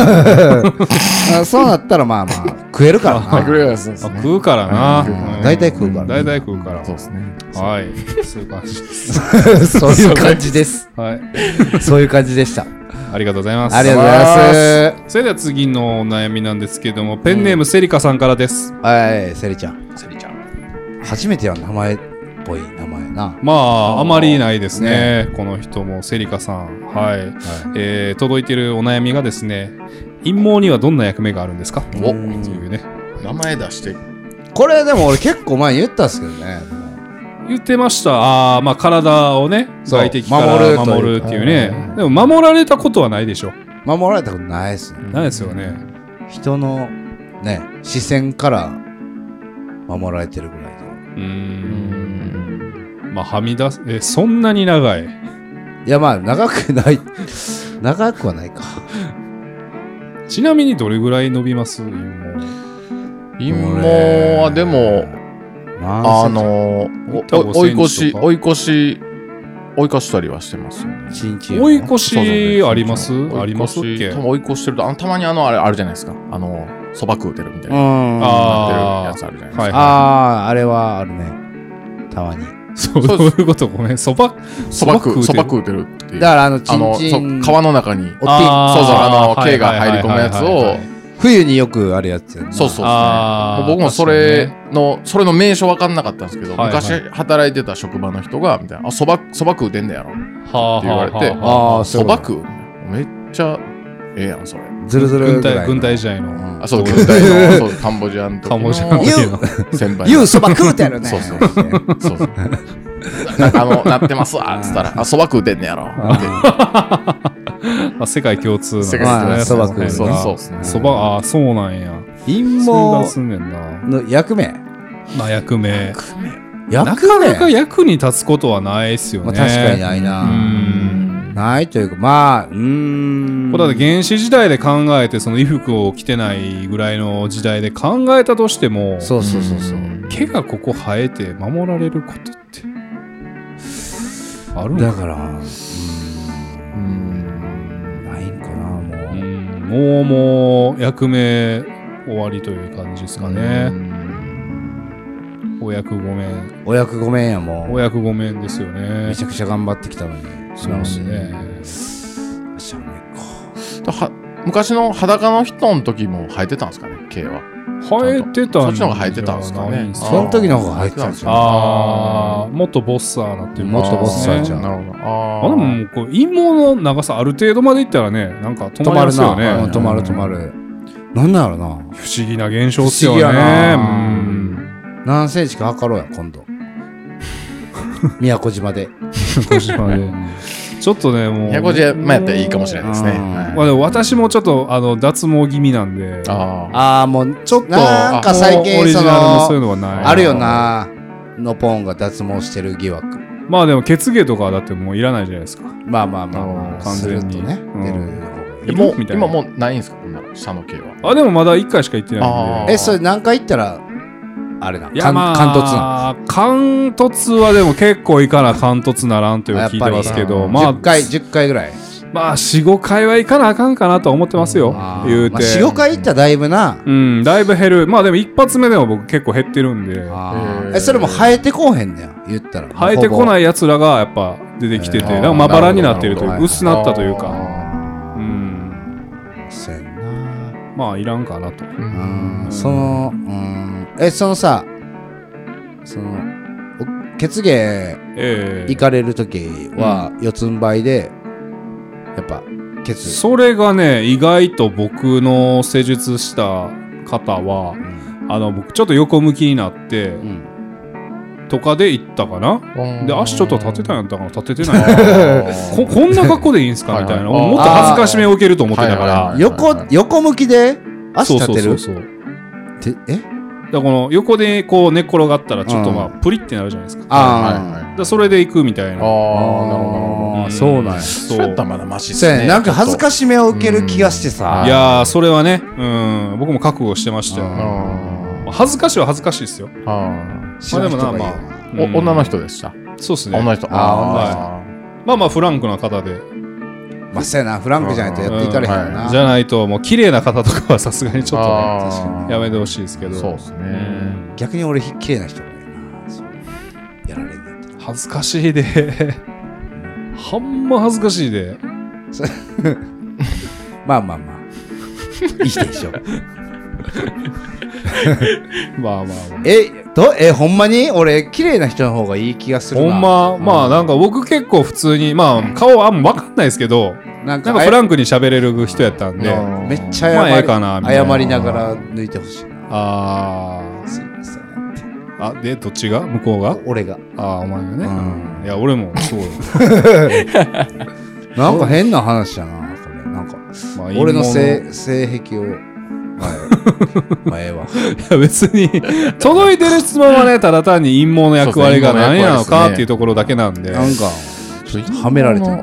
そうなったらまあまあ食えるからな。 食うからな。 大体食うから。 大体食うから。 そうですね。 はい。そういう感じです。 そういう感じです。 はい。 そういう感じでした。 ありがとうございます。 ありがとうございます。 それでは次のお悩みなんですけども、ペンネームセリカさんからです。 はい、セリちゃん。セリちゃん。初めては名前っぽい名前な。 まああまりないですね。この人もセリカさん。はい。え届いてるお悩みがですね、陰謀にはどんな役目があるんですか？ お、というね。名前出して。 これでも俺結構前に言ったんですけどね。 言ってました。ああ、まあ体をね、外敵から守るっていうね。でも守られたことはないでしょ。 守られたことないですね。 ないですよね。 人のね、視線から守られてるぐらいで。 うーん。まあはみ出す、え、そんなに長い？ いやまあ長くない。長くはないか。 ちなみにどれぐらい伸びます？陰謀。 陰謀はでも、あの追い越し追い越し追い越したりはしてますよね。 追い越しあります？ありますっけ？ 追い越してると、あのたまにあのあれあるじゃないですか。あのそば食うてるみたいな。 ああやつあるじゃないですか。 あああれはあるね。たまに。 そうどういうこと？ごめん。そばそば食うそば食うてるっていう。 だからあのチンチン皮の中にそうそうあの毛が入り込むやつを。 冬によくあるやつよね。 そうそうですね。僕もそれの、それの名称分かんなかったんですけど、昔働いてた職場の人が、みたいな、あ、そば、そば食うてんねやろって言われて、あ、そば食うめっちゃええやん、それ。 ずるずる軍隊、軍隊時代の。 あ、そう、軍隊の、そう、カンボジアンとか。 カンボジアンの先輩。言うそば食うてるね。 そうそう。そうそう。なんかあの、なってますわ、つったら、あ、そば食うてんねやろ。 あ、世界共通の世界共通のそば食う。 そうですね。 そば、あ、そうなんや。 陰謀の役目。 まあ役目。 役なかなか役に立つことはないですよね。 確かにないな。ないというか、まあ、うーん。 だって原始時代で考えて、その衣服を着てないぐらいの時代で考えたとしても、 そうそうそうそう。 毛がここ生えて守られることってあるんだから、 もうもう役目終わりという感じですかね。お役御免。 お役御免やもう。 お役御免ですよね。 めちゃくちゃ頑張ってきたのに。 そうですね。 しゃあないか。 は昔の裸の人の時も生えてたんですかね、毛は。 生えてたんそっちの方が生えてたんですかね。 その時の方が生えてたんですよ。 ああ、ももっとボッサーなっていうもっとボッサーじゃん。 なるほど。 あでもこう陰毛の長さある程度までいったらね、なんか止まりますよね。 止まる止まる。なんだろうな。 不思議な現象っすよね。 不思議やな。うん。何センチか測ろうや今度。宮古島で。 宮古島で。ちょっとねもう。 宮古島やったらいいかもしれないですね。 まあでも私もちょっとあの脱毛気味なんで。 ああもうちょっとなんか最近そのそういうのはない。 あるよな。のポンが脱毛してる疑惑。 まあでも血毛とかだってもういらないじゃないですか。 まあまあまあ、まあ、 完全にね、 うん、 出るもう今もうないんですか下の毛は。 あでもまだいっかいしか行ってないんで。 えそれ何回行ったらあれなの？ いやまあ貫突なの？貫突はでも結構いかな貫突ならんという聞いてますけど、まあじゅっかいじゅっかいぐらい。 まあよん、ごかいはいかなあかんかなと思ってますよ。言うて。 まあ、よん、ごかい行ったらだいぶな。 うん、だいぶ減る。まあでも一発目でも僕結構減ってるんで。 え、それも生えてこうへんねや、言ったら。 生えてこない奴らがやっぱ出てきてて、なんかまばらになっているというか、薄なったというか。うん。 そうやな。 まあいらんかなと。 うん。その、うん。え、そのさ、その、血芸行かれるときは四つん這いで、やっぱ血それがね意外と僕の施術した方は、うん、あの僕ちょっと横向きになって、うん、とかで行ったかな、うん、で足ちょっと立てたんやったかな立ててないこ, こんな格好でいいんすかみたいなもっと恥ずかしめを受けると思ってたから横横向きで足立てるそうそうそうそうえだこの横でこう寝っ転がったらちょっとまあプリってなるじゃないですか。ああ、それで行くみたいな。ああ、なるほど。そうなんや。 そうやったらまだマシっすね。 なんか恥ずかしめを受ける気がしてさ。 いやーそれはね、うん、僕も覚悟してましたよ。恥ずかしいは恥ずかしいですよ。ああ、でもなまあ女の人でした。 そうですね。 女の人。ああ、 まあまあフランクな方で。 まあ、そうやな、フランクじゃないとやっていかれへんよな、 うん、じゃないともう綺麗な方とかはさすがにちょっと、ね、やめてほしいですけど。 そうですね、うん、 逆に俺綺麗な人がいいなやられる恥ずかしいでほんま恥ずかしいでまあまあまあいいでしょまあまあまあえどえほんまに俺綺麗な人の方がいい気がするな。 ほんま、うん、まあなんか僕結構普通にまあ顔はあんま分かんないですけどなんかフランクに喋れる人やったんでめっちゃ謝り、 まあ、ええかなみたいな謝りながら抜いてほしいな。 ああすいませんあでどっちが向こうが俺がああお前がね、うん、いや俺もそうなんか変な話やなこれなんか、まあ、俺の性性癖を前は。 いや別に届いてる質問はねただ単に陰謀の役割が何なのかっていうところだけなんでなんかちょっとはめられてる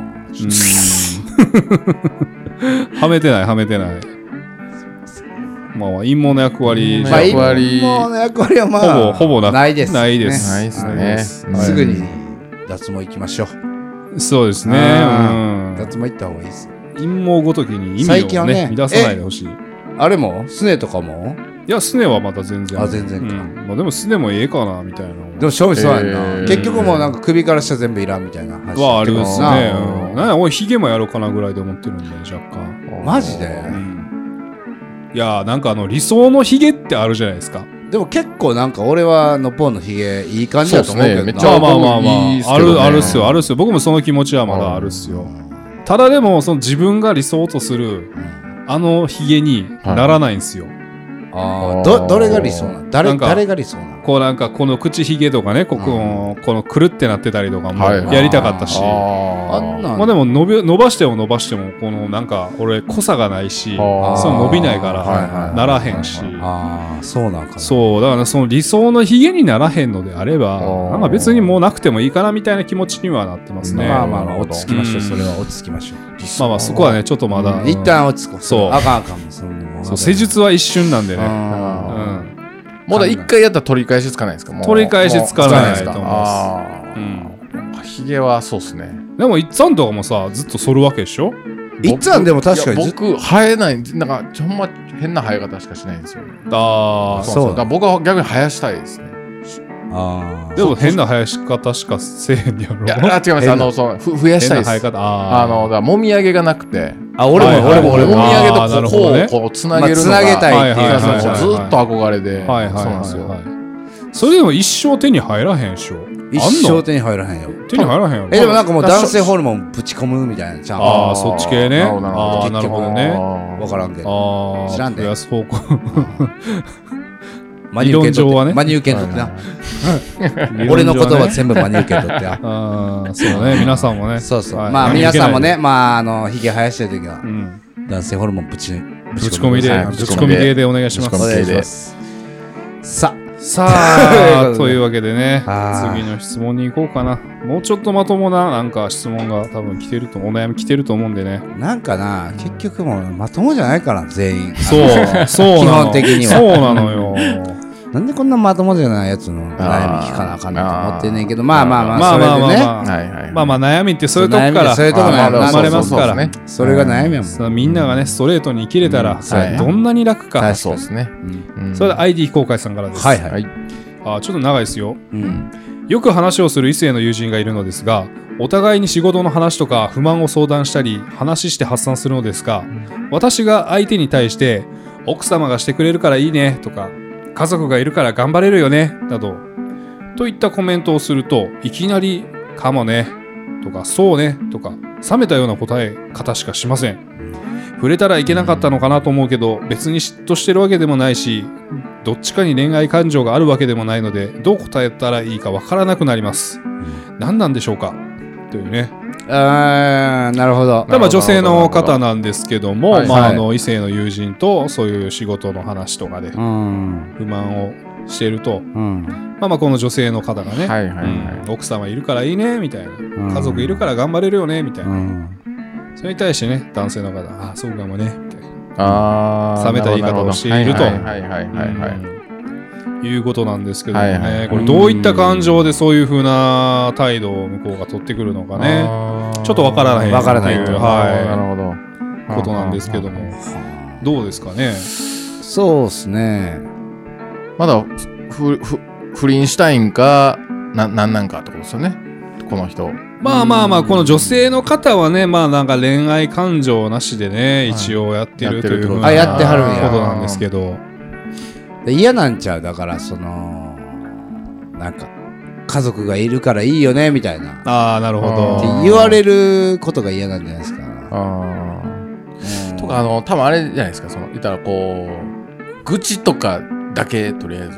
はめてないはめてないまあ陰謀の役割まあ陰謀の役割はまあほぼほぼなないですないですないですねすぐに脱毛行きましょう。そうですね、 うん、脱毛行った方がいいです陰謀ごときに意味をね乱さないでほしい。 あれもスネとかもいやスネはまた全然あ全然か、 うんまあ、でもスネもええかなみたいな。 でも正味そうやんな、えー、結局もうなんか首から下全部いらんみたいな話はあるっすね、うん、なんや俺ヒゲもやろうかなぐらいで思ってるんで若干。 マジで、 うん、いやなんかあの理想のヒゲってあるじゃないですか。 でも結構なんか俺はのぽんのヒゲいい感じだと思うけどな、ね、 めっちゃまあまあまあ、いいっすけどね、あるあるっすよあるっすよ。僕もその気持ちはまだあるっすよ。ただでもその自分が理想とするあのヒゲにならないんですよ、はい、 あどどれが理想なの 誰, 誰が理想なのこうなんかこの口ひげとかねここの、うん、このくるってなってたりとかもやりたかったし、はい、ああんなんまあでも伸び伸ばしても伸ばしてもこのなんか俺濃さがないしその伸びないからならへんし、 ああそうなんかな。 そうだからその理想のひげにならへんのであればなんか別にもうなくてもいいかなみたいな気持ちにはなってますね。 まあまあまあ落ち着きましょう、うん、それは落ち着きましょう。 まあまあそこはねちょっとまだ、 うん、一旦落ち着こう。 そうあかんあかんそそう施術は一瞬なんでね、うん、 まだ一回やったら取り返しつかないですか。もう取り返しつかないと思います。 あ、うん、ヒゲはそうっすね。 でもいっつぁんとかもさずっと剃るわけでしょ。 いっつぁんでも確かに僕生えないなんかほんま変な生え方しかしないんですよね。 ああそうそうだ僕は逆に生やしたいですね。 あでも変な生やし方しかせえへんやろ。 いや違います。あのそのふ増やしたいです。 変な生え方ああのだからもみあげがなくてあ俺も、はいはい、俺も俺ももみあげとこうこうつなげるのが、 まあ、つなげたいっていう、 はいはいはい、ずっと憧れで、 はいはいはいはい、 そうなんですよ。 それでも一生手に入らへんしょ。 一生手に入らへんよ。 手に入らへんよ。 えでもなんかもう男性ホルモンぶち込むみたいなちゃん。 ああそっち系ね。ああなるほどね。 わからんけど。 ああ知らんで。増やす方向。 理論上はね。真に受け取ってな。俺の言葉全部真に受け取ってや。 ああそうね皆さんもね。 そうそう。まあ皆さんもねまああのひげ生やしてる時は男性ホルモンぶちぶち込みでぶち込み系でお願いします。 お願いします。さあ。 さあというわけでね次の質問に行こうかな。もうちょっとまともななんか質問が多分来てるとお悩み来てると思うんでね。 なんかな結局もうまともじゃないから全員。 そうそう基本的にはそうなのよ。 なんでこんなまともじゃないやつの悩み聞かなあかんなと思ってんねんけどまあまあまあそれでねまあまあ悩みってそういうとこからそういうとこから生まれますからそれが悩みやもん。 みんながねストレートに生きれたらどんなに楽か。 そうですね。 それで アイディー 非公開さんからです。 はいはい。 あちょっと長いですよ。よく話をする異性の友人がいるのですがお互いに仕事の話とか不満を相談したり話して発散するのですが私が相手に対して奥様がしてくれるからいいねとか家族がいるから頑張れるよねなどといったコメントをするといきなりかもねとかそうねとか冷めたような答え方しかしません。触れたらいけなかったのかなと思うけど別に嫉妬してるわけでもないしどっちかに恋愛感情があるわけでもないのでどう答えたらいいかわからなくなります。何なんでしょうかというね。 あーなるほど。 まあ女性の方なんですけども、はいまあ、あの異性の友人とそういう仕事の話とかで不満をしていると、うん、まあまあこの女性の方がね、はいはいはいうん、奥様いるからいいねみたいな、うん、家族いるから頑張れるよねみたいな、うん、それに対してね男性の方ああそうかもねみたいなあ冷めた言い方をしているということなんですけどね、はいはい、これどういった感情でそういう風な態度を向こうが取ってくるのかねちょっとわからないわからないという、 はい、なるほどことなんですけどもどうですかね。 そうですねまだふふ不倫したいんかななんなんかってことですよねこの人。 まあまあまあこの女性の方はねまあなんか恋愛感情なしでね一応やってるということなんですけど嫌なんちゃうだからそのなんか家族がいるからいいよねみたいなああなるほどって言われることが嫌なんじゃないですか。 あとかあの多分あれじゃないですかその言ったらこう愚痴とかだけとりあえず、うん、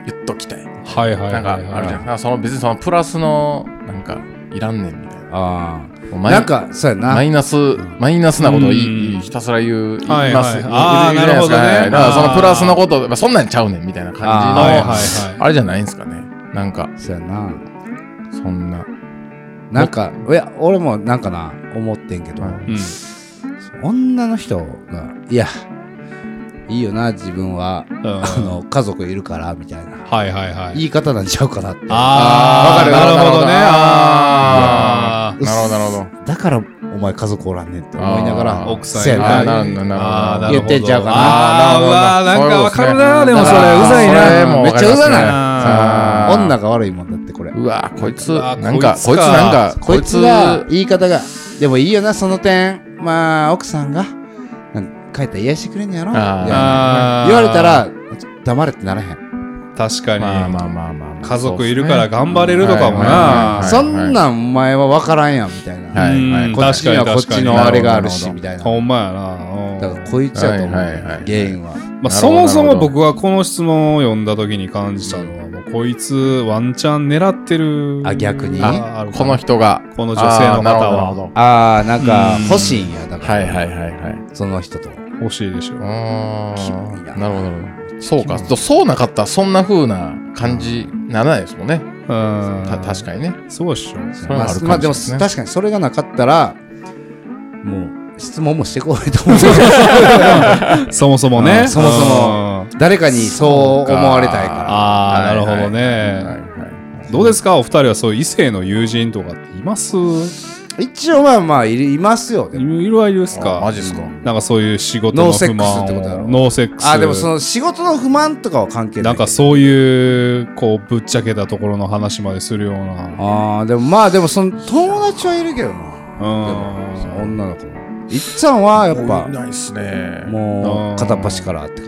言っときたい。 はいはいはい、はい、 なんかあるじゃん。なんかその別にそのプラスのなんかいらんねんみたいな。 ああ。なんかそうやな。 マイナス、うん、マイナスなことをいいひたすら言う言います。 はいはい、ああなるほどね。 だからそのプラスのことまあそんなんちゃうねんみたいな感じの あ,、はいはいはい、あれじゃないんですかね。なんかそうやな。 そんななんかいや俺もなんかな思ってんけど、うん、女の人がいや。いいよな自分は、うん、あの家族いるからみたいな、 はいはいはい、 言い方なんちゃうかなって。 ああ分かるなるほどね。 ああなるほどなるほど。 だからお前家族おらんねんって思いながら奥さんやな言ってんちゃうかな。 ああなんか分かるな。でもそれうざいな。 めっちゃうざない女が悪いもんだってこれ。 うわこいつなんかこいつなんかこいつが言い方がでもいいよなその点。まあ奥さんが帰ったら癒してくれんやろ言われたら黙れってならへん。 確かに、 まあまあまあまあ、 家族いるから頑張れるとかもな。 そんなんお前は分からんやんみたいな、はいはい、こっちにはこっちのあれがあるしみたいな。 ほんまやな。 だからこいつやと思う、はいはいはい、原因は、 まあ、そもそも僕はこの質問を読んだ時に感じたのはもうこいつワンチャン狙ってる。 あ逆にあこの人がこの女性の方はああなんか欲しいんやだから、 はいはいはいはい、その人と欲しいでしょ。 あキモいな。なるほどなるほど。そうかそうなかったらそんな風な感じならないですもんね。うんた確かにね。 そうでしょ。 まあ、まあでも確かにそれがなかったらもう質問もしてこいと思う。 そもそもね。 そもそも誰かにそう思われたいから。 ああなるほどね。どうですかお二人はそういう異性の友人とかっています？ 一応まあまあいますよ。 いるはいるですか。 マジですか。 なんかそういう仕事の不満を。ノーセックスってことだろ。ノーセックス。 あでもその仕事の不満とかは関係ない。 なんかそういうこうぶっちゃけたところの話までするような。 ああでもまあでもその友達はいるけどな。うん。女の子。いっちゃんはやっぱいないっすね。 もう片っ端からって感じ。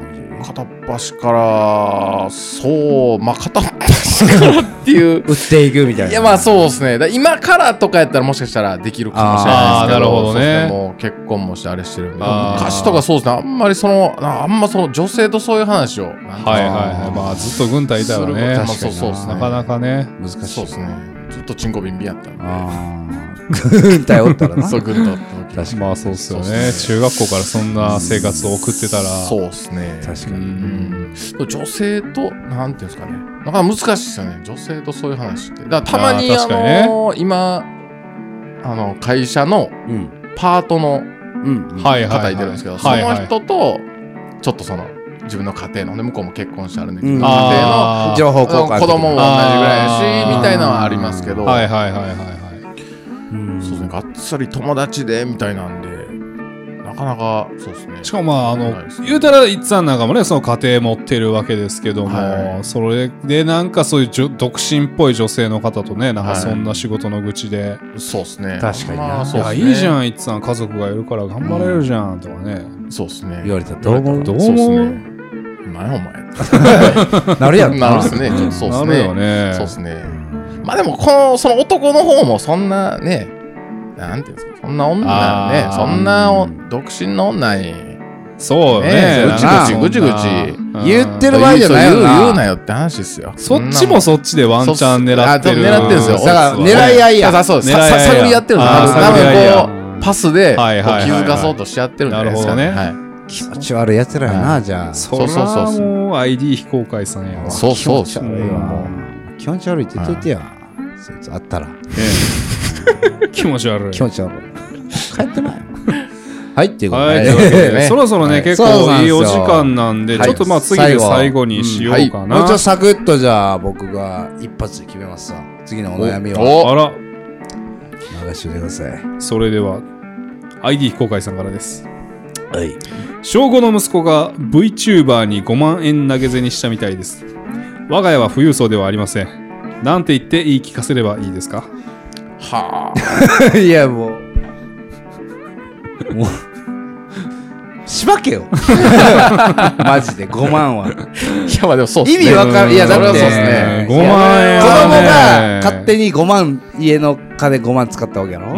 片っ端からそうまあ片っ端からっていう売っていくみたいな。 いやまあそうですね。だ今からとかやったらもしかしたらできるかもしれないですけど、あなるほどね、 ね、もう結婚もしてあれしてるんで、昔とかそうですね。あんまりそのあんまその女性とそういう話をはいはいはい、まあずっと軍隊いたらね、 確かにそうですね、 なかなかね難しいそうですね。ずっとチンコビンビンやったんで。 軍隊おったらな。 そう軍隊おった時。 確かにまあそうっすよね。中学校からそんな生活を送ってたら。 そうですね。 確かに。 うん女性となんていうんですかね。なかなか難しいですよね。女性とそういう話って。だからたまにあ、あのー、今あの会社のパートの方いてるんですけど、その人とちょっとその。自分の家庭の、ね、向こうも結婚してあるんで、うん、家庭の情報交換子供も同じぐらいやしみたいなのはありますけど、 はいはいはいはいはい、 うん、そうですね。がっつり友達でみたいなんでなかなかそうですね。 しかもまああの言うたらいっつぁんなんかもねその家庭持ってるわけですけども、はい、それでなんかそういうじょ独身っぽい女性の方とねなんかそんな仕事の愚痴で、はい、 そうですね。 確かにな、まあそうですね、いやいいじゃんいっつぁん家族がいるから頑張れるじゃん、うん、とかねそうですね言われたらどう思うどう思う何やお前なるやんなるっすね。ちょっとそうっすね。 なるよね。 そうっすね。まあでもこのその男の方もそんなね、なんていうんですか、そんな女ね、そんな独身の女にそうね、 ぐちぐちぐちぐち言ってる場合じゃないよな。 言うなよって話ですよ。 そっちもそっちでワンチャン狙ってる。 狙ってるんですよ。 だから狙い合いや。 そうそう。探りやってるんですよ。多分こうパスで気づかそうとしちゃってるんじゃないですかね。 気持ち悪いやつらやな、じゃあ。 そうそうそう。もう アイディー 非公開さんやわ。 そうそう。 気持ち悪いわ。気持ち悪いって言っといてや。そいつあったら。 気持ち悪い。 気持ち悪い。帰ってない。はい、っていうことで。そろそろね、結構いいお時間なんで、ちょっとまあ次で最後にしようかな。 もうちょっとサクッとじゃあ僕が一発で決めますわ。次のお悩みを。 あら。 流してください。 それでは、アイディー 非公開さんからです。 はい。 小ごの息子が VTuber にごまんえん投げ銭したみたいです。我が家は富裕層ではありません。なんて言って言い聞かせればいいですか？ はあ。いやもう。もう。しばけよ。マジでごまんは。いやまあでもそうっすね。 意味わかる。いやだって、 ね、ごまんえんは、ね、 子供が勝手にごまん家の金ごまん使ったわけやろ。 うん。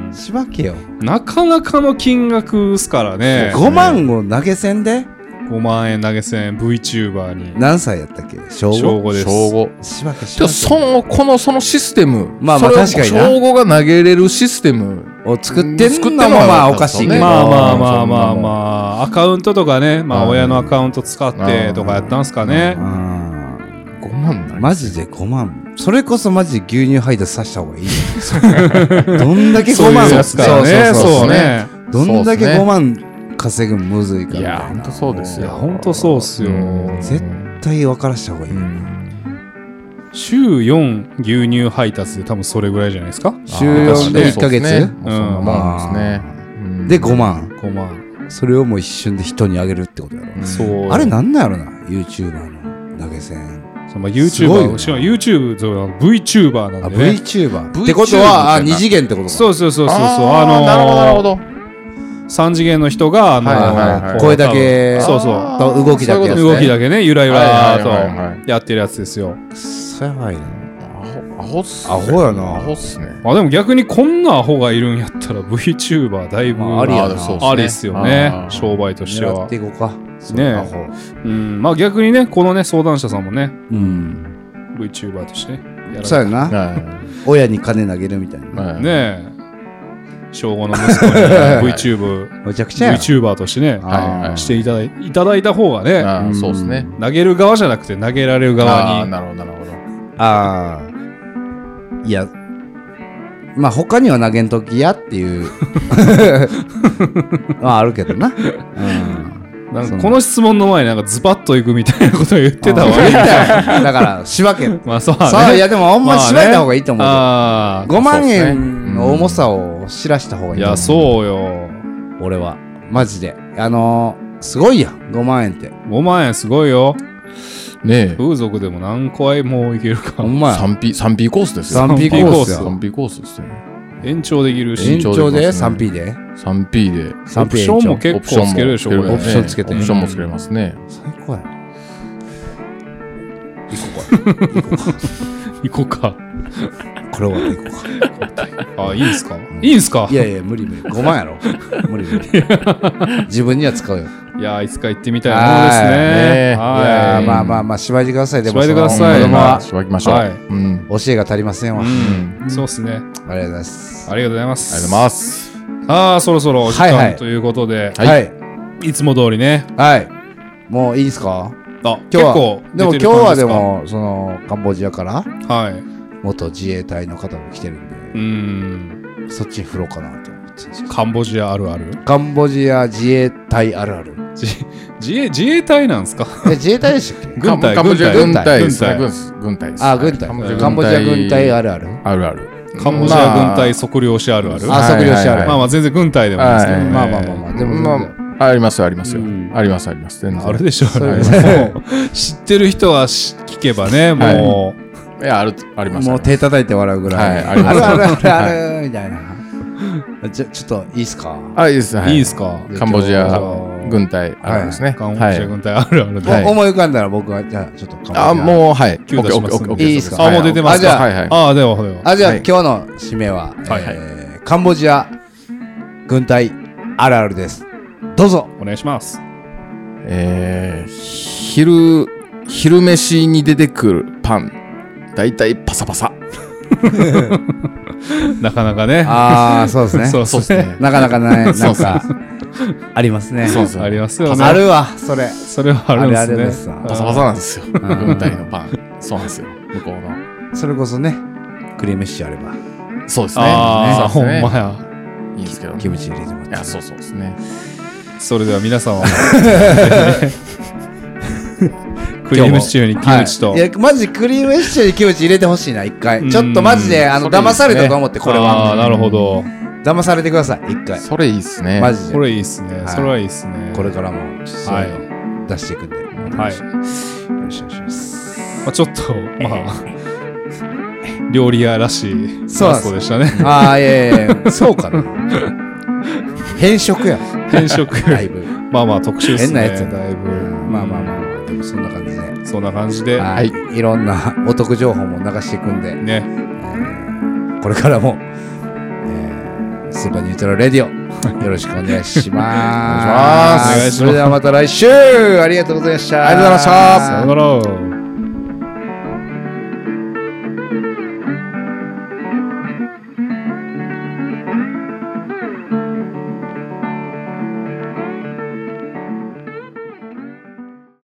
しばけよ。 なかなかの金額っすからね。 ごまんを投げ銭でごまんえん投げ銭 VTuber に。 何歳やったっけ？小ご？ 小ごです。 小ご。 しばけしばけ。 そのこのそのシステム。 まあまあ確かにな。 小ごが投げれるシステムを作ってんのもまあおかしいけど。 まあまあまあまあまあアカウントとかね、まあ親のアカウント使ってとかやったんすかね。 ごまんマジでごまん。それこそマジで牛乳配達させた方がいいよ。どんだけごまんそうそうそうね。 どんだけごまん稼ぐむずいから。 いや本当そうですよ。 本当そうっすよ。 絶対分からした方がいい。 週よん牛乳配達で多分それぐらいじゃないですか。 週よんでいっかげつ。 そんなもんですね。 でごまん。 ごまん。 それをもう一瞬で人にあげるってことやろ。 そう。 あれなんなんやろな YouTuber の投げ銭。 まあ、YouTuber、しかも YouTube、VTuber なんでね。 VTuber。ってことは、あ、二次元ってことか。 そうそうそうそう。 あのー、なるほど、なるほど。 三次元の人が、あのーはいはいはい、声だけ、 そうそう。 動きだけ、ね、 動きだけね、ゆらゆらーとやってるやつですよ。 そやばいな。 アホっすね。 アホやな。 アホっすね。 あ、でも逆にこんなアホがいるんやったら VTuber だいぶありやな。 ありっすよね。商売としては。 やっていこうか。 ねうん、まあ逆にね、このね、相談者さんもね、 うん、 VTuber としてね。 そうやな。親に金投げるみたいな。 ねえ。小ごの息子に VTuber、 めちゃくちゃ VTuber としてね、していただいいただいた方がね、 そうですね。 投げる側じゃなくて投げられる側に。 あ、なるほど、なるほど。 ああ。いや、まあ他には投げんときやっていうまああるけどな。うんなんかこの質問の前になんかズバッといくみたいなことを言ってたわ。 だからしばけ。 まあそうね。いやでもほんましばいた方がいいと思う。 あごまんえんの重さを知らした方がいい。 いやそうよ。 俺はマジであのすごいやんごまんえんって。 ごまんえんすごいよ。 ねえ。 風俗でも何回もいけるか。 ほんまや。さんピー さんピーコースですよ。 さんピーコース。 さんピーコースですね。 延長できるし。 延長で スリーピー でスリーピー でオプションも結構つけるでしょ。これオプションつけてオプションもつけれますね。 最高やな。行こうか行こうかこれ終わって行こうか。あ、いいんすか、いいんすか。 いやいや無理無理、ごまんやろ。無理無理自分には使うよ。 いやいつか行ってみたいものですね。 いやまあまあまあしばいてください。でもしばいてください。 子供はしばきましょう。 教えが足りませんわ。 そうっすね。 ありがとうございます。 ありがとうございます。 ありがとうございます。 ああそろそろお時間ということで、 はいいつも通りね。 はい。もういいですか。 あ、結構でも今日はでもそのカンボジアからはい元自衛隊の方が来てるんで、 うん、 そっちに振ろうかなと思って。 カンボジアあるある。 カンボジア自衛隊あるある。 自, 自, 衛自衛隊なんですか。 え自衛隊でしたっけ。 軍隊カンボジア軍隊ですね。 軍隊です。 あ軍隊。カンボジア軍隊あるある。 あるある。 カンボジア軍隊測量士あるある。 あ測量士ある。 まあまあ全然軍隊でもいいですけどね。 まあまあまあまあでもありますよありますよ。ありますあります。全然あるでしょうね。知ってる人は聞けばねもう。いやあるあります。 もう手叩いて笑うぐらい。あるあるあるあるみたいな。ちょちょっといいっすか。 あいいですいいですか。 カンボジア軍隊あるですね。 カンボジア軍隊あるあるで。 思い浮かんだら僕はじゃあちょっとカンボジア。 あもうはいキュー出しますんで。 いいですか。 あもう出てますか。ああではでは。 あじゃあ今日の締めはカンボジア軍隊あるあるです。どうぞお願いします。 えー、昼昼飯に出てくるパンだいたいパサパサ。 なかなかね。 ああそうですね。 そうですね。 なかなかないなんかありますね。 そうそうありますよね。 あるわそれ。 それはあるんですね。 パサパサなんですよ。軍隊のパン。そうなんですよ。向こうの。 それこそねクリームシチューあれば。 そうですね。 ああほんまや。 いいんですけど。 キムチ入れてもらって。 いやそうそうですね。 それでは皆さんはクリームシチューにキムチと、 はい、いやマジクリームシチューにキムチ入れてほしいな一回。ちょっとマジであの騙されたと思ってこれは。 ああなるほど。 騙されてください一回。 それいいっすね。 マジで。 これいいっすね。それはいいっすね。 これからもそういうの出していくんで。はい。よろしくお願いします。 まあちょっとまあ料理屋らしいラストでしたね。 ああいやいやそうかな。変色や変色だいぶまあまあ特殊ですね。 変なやつだいぶまあまあまあまあでもそんな感じでそんな感じではいいろんなお得情報も流していくんでね、えー、これからも、えー、スーパーニュートラルレディオよろしくお願いします。 お願いします。 それではまた来週ありがとうございました。 ありがとうございました。 さよなら。